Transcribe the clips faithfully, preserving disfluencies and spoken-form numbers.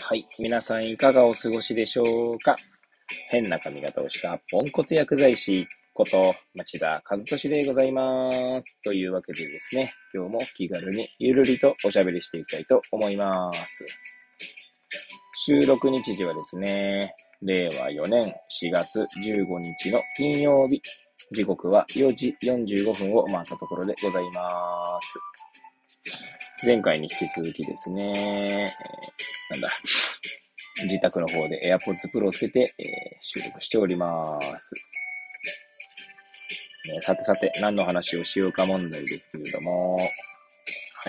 はい。皆さんいかがお過ごしでしょうか？変な髪型をしたポンコツ薬剤師こと町田和俊でございます。というわけでですね、今日も気軽にゆるりとおしゃべりしていきたいと思います。収録日時はですね、れいわよねんしがつじゅうごにちの金曜日、時刻はよじよんじゅうごふんを回ったところでございます。前回に引き続きですね、えー、なんだ、自宅の方で AirPods Pro をつけて、えー、収録しております。えー、さてさて、何の話をしようか問題ですけれども、はい。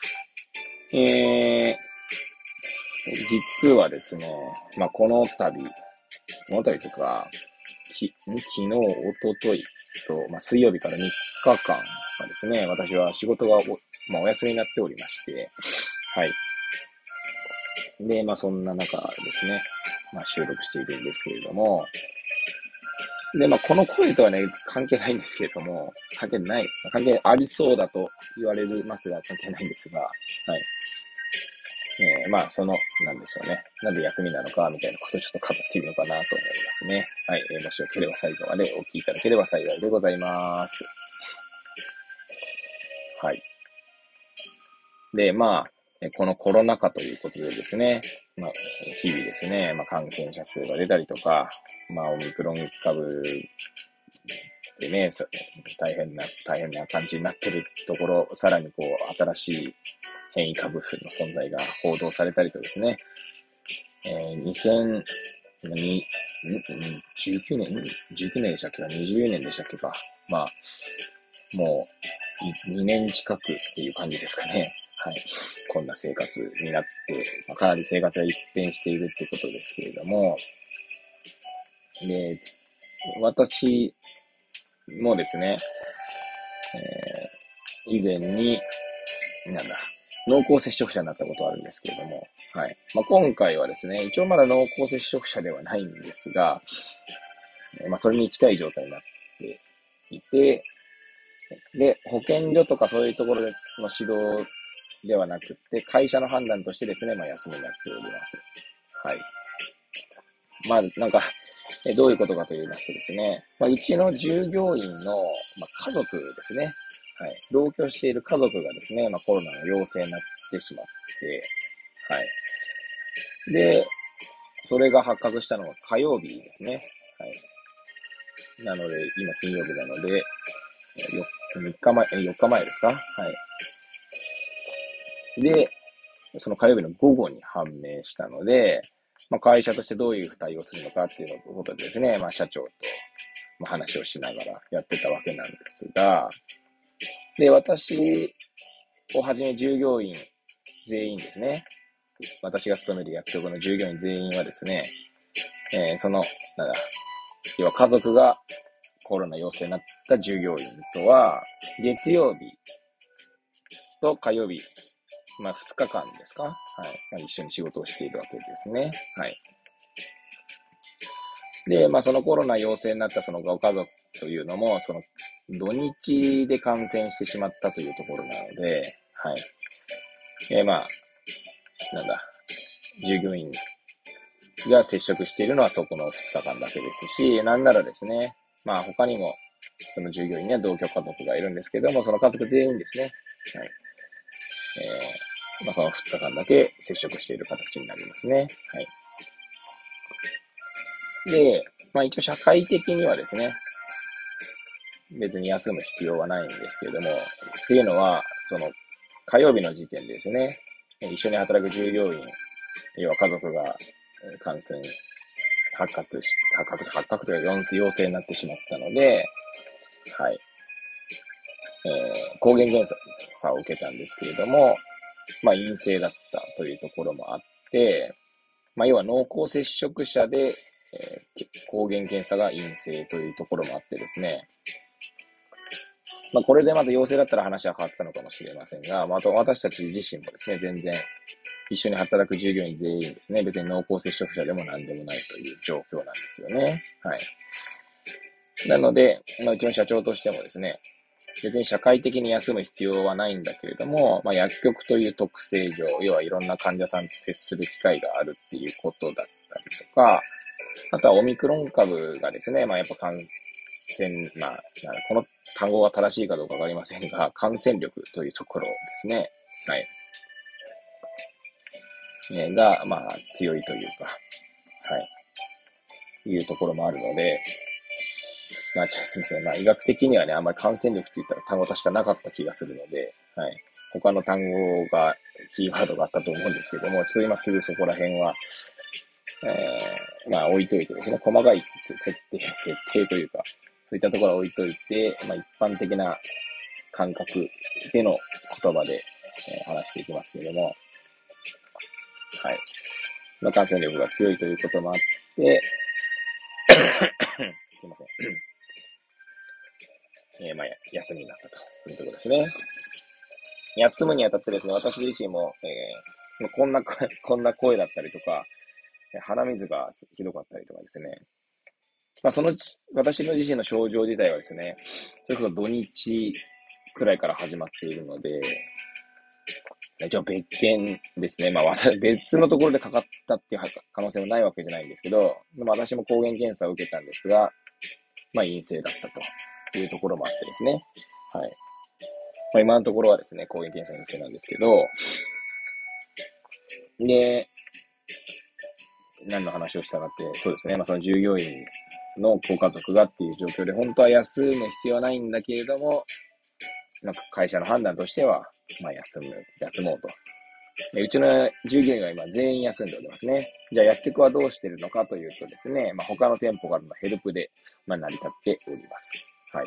えー、実はですね、まあ、この度、この度というか、き昨日、おとといと、まあ、水曜日からみっかかんはですね、私は仕事がお、まあ、お休みになっておりまして、はい。で、まあ、そんな中ですね、まあ、収録しているんですけれども、で、まあ、この声とはね、関係ないんですけれども、関係ない、関係ありそうだと言われますが、関係ないんですが、はい。えー、まあ、その、なんでしょうね。なんで休みなのか、みたいなことをちょっと語っているのかなと思いますね。はい。えー、もしよければ最後までお聞きいただければ幸いでございます。はい。で、まあ、このコロナ禍ということでですね、まあ、日々ですね、まあ、感染者数が出たりとか、まあ、オミクロン株でね、大変な、大変な感じになってるところ、さらにこう、新しい変異株の存在が報道されたりとですね、えー、にせんじゅうきゅうねん、じゅうきゅうねんでしたっけか、にじゅうねんでしたっけか。まあ、もう、にねん近くっていう感じですかね。はい。こんな生活になって、まあ、かなり生活が一変しているってことですけれども、で、私もですね、えー、以前に、なんだ、濃厚接触者になったことはあるんですけれども、はい。まあ、今回はですね、一応まだ濃厚接触者ではないんですが、まあ、それに近い状態になっていて、で、保健所とかそういうところの指導ではなくて、会社の判断としてですね、まあ、休みになっております。はい。まあ、なんか、どういうことかと言いますとですね、まあ、うちの従業員の、まあ、家族ですね、はい。同居している家族がですね、まあ、コロナの陽性になってしまって、はい。で、それが発覚したのが火曜日ですね。はい。なので、今金曜日なので、みっかまえ、よっかまえですか？はい。で、その火曜日の午後に判明したので、まあ、会社としてどういう対応するのかっていうことでですね、まあ、社長と話をしながらやってたわけなんですが、で、私をはじめ従業員全員ですね、私が勤める薬局の従業員全員はですね、えー、その、なんだ、要は家族がコロナ陽性になった従業員とは、月曜日と火曜日、まあふつかかんですか？はい。まあ、一緒に仕事をしているわけですね。はい。で、まあそのコロナ陽性になったそのご家族というのも、その土日で感染してしまったというところなので、はい。えー、まあ、なんだ、従業員が接触しているのはそこのふつかかんだけですし、なんならですね、まあ他にも、その従業員には同居家族がいるんですけども、その家族全員ですね、はい。えー、まあそのふつかかんだけ接触している形になりますね。はい。で、まあ一応社会的にはですね、別に休む必要はないんですけれども、っていうのは、その、火曜日の時点でですね、一緒に働く従業員、要は家族が感染、発覚し、発覚、発覚というか陽性になってしまったので、はい。えー、抗原検査を受けたんですけれども、まあ陰性だったというところもあって、まあ要は濃厚接触者で、えー、抗原検査が陰性というところもあってですね、まあこれでまた陽性だったら話は変わってたのかもしれませんが、まあ、あと私たち自身もですね、全然一緒に働く従業員全員ですね、別に濃厚接触者でも何でもないという状況なんですよね。はい。なので、まあ、うちの社長としてもですね、 別に社会的に休む必要はないんだけれども、まあ、薬局という特性上、要はいろんな患者さんと接する機会があるっていうことだったりとか、あとはオミクロン株がですね、まあ、やっぱ感染、まあ、この単語が正しいかどうかわかりませんが、感染力というところですね。はい。えーが、まあ、強いというか、はい。いうところもあるので、まあ、ちょっとすみません。まあ、医学的にはね、あんまり感染力って言ったら単語確かなかった気がするので、はい。他の単語が、キーワードがあったと思うんですけども、ちょっと今すぐそこら辺は、えー、まあ置いといてですね、細かい設定、設定というか、そういったところは置いといて、まあ一般的な感覚での言葉で、えー、話していきますけれども、はい。まあ、感染力が強いということもあって、すいません。えー、まあ、休みになったというところですね。休むにあたってですね、私自身も、えー、こんな、こんな声だったりとか、鼻水がひどかったりとかですね。まあ、その、私の自身の症状自体はですね、それこそ土日くらいから始まっているので、一応別件ですね。まあ、別のところでかかったっていう可能性もないわけじゃないんですけど、でも私も抗原検査を受けたんですが、まあ、陰性だったというところもあってですね。はい。まあ、今のところはですね、抗原検査陰性なんですけど、で、何の話をしたかって、そうですね。まあ、その従業員のご家族がっていう状況で、本当は休む必要はないんだけれども、なんか会社の判断としては、まあ、休む、休もうと。うちの従業員は今全員休んでおりますね。じゃあ薬局はどうしているのかというとですね、まあ、他の店舗からのヘルプで、まあ、成り立っております。はい。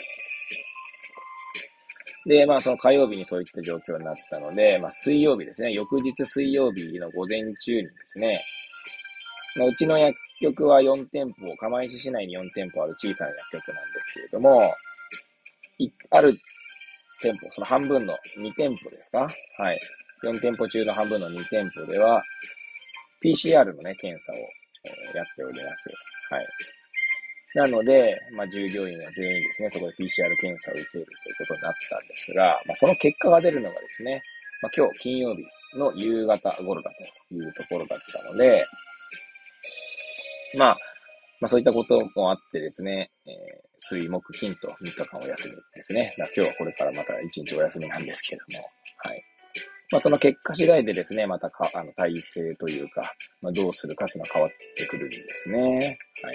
で、まあ、その火曜日にそういった状況になったので、まあ、水曜日ですね、翌日水曜日の午前中にですね、まあ、うちの薬局はよん店舗、釜石市内によん店舗ある小さな薬局なんですけれども、ある店舗、その半分のに店舗ですか？はい。よん店舗中の半分のに店舗では、ピーシーアール のね、検査を、えーやっております。はい。なので、まあ、従業員は全員ですね、そこで ピーシーアール 検査を受けるということになったんですが、まあ、その結果が出るのがですね、まあ、今日金曜日の夕方頃だというところだったので、まあ、まあそういったこともあってですね、えー、水木金とみっかかんお休みですね。今日はこれからまたいちにちお休みなんですけれども、はい。まあその結果次第でですね、またか、あの、体制というか、まあどうするかというのは変わってくるんですね。はい。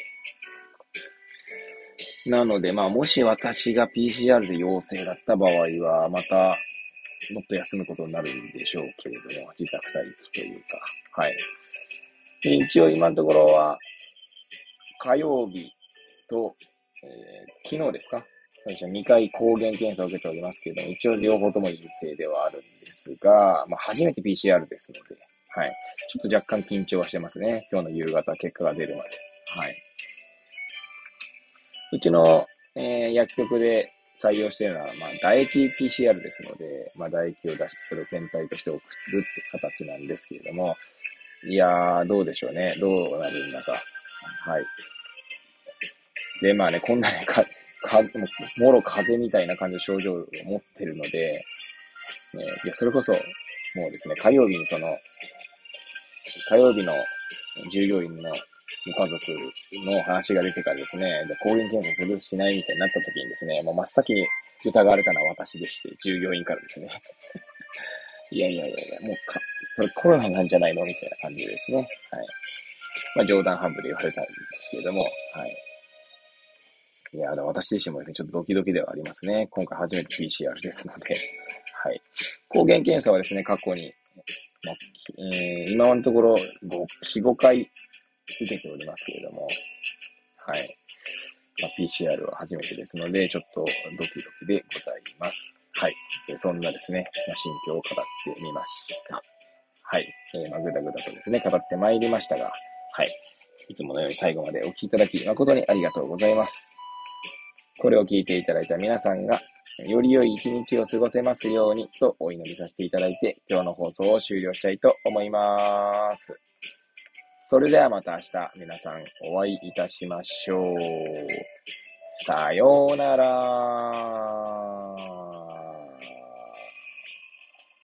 なので、まあもし私が ピーシーアール で陽性だった場合は、また、もっと休むことになるんでしょうけれども、自宅待機というか、はい。で一応今のところは、火曜日と、えー、昨日ですか私はにかい抗原検査を受けておりますけれども、一応両方とも陰性ではあるんですが、まあ、初めて ピーシーアール ですので、はい。ちょっと若干緊張はしてますね。今日の夕方結果が出るまで。はい。うちの、えー、薬局で採用しているのは、まあ、唾液 ピーシーアール ですので、まあ、唾液を出してそれを検体として送るって形なんですけれども、いやー、どうでしょうね。どうなるんだか。はい。で、まあね、こんなね、か、か、もろ風邪みたいな感じの症状を持ってるので、ね、いや、それこそ、もうですね、火曜日にその、火曜日の従業員のご家族の話が出てからですね、で、抗原検査するしないみたいになった時にですね、もう真っ先に疑われたのは私でして、従業員からですね。いやいやいやいや、もうか、それコロナなんじゃないのみたいな感じでですね。はい。まあ冗談半分で言われたんですけれども、はい。いや、私自身もですね、ちょっとドキドキではありますね。今回初めて ピーシーアール ですので。はい。抗原検査はですね、過去に、まあえー、今のところよん、ごかい受けておりますけれども、はい。まあ、ピーシーアール は初めてですので、ちょっとドキドキでございます。はい。そんなですね、まあ、心境を語ってみました。はい。えー、まあ、ぐだぐだとですね、語ってまいりましたが、はい。いつものように最後までお聞きいただき、誠にありがとうございます。これを聞いていただいた皆さんが、より良い一日を過ごせますようにとお祈りさせていただいて、今日の放送を終了したいと思います。それではまた明日皆さんお会いいたしましょう。 さようなら。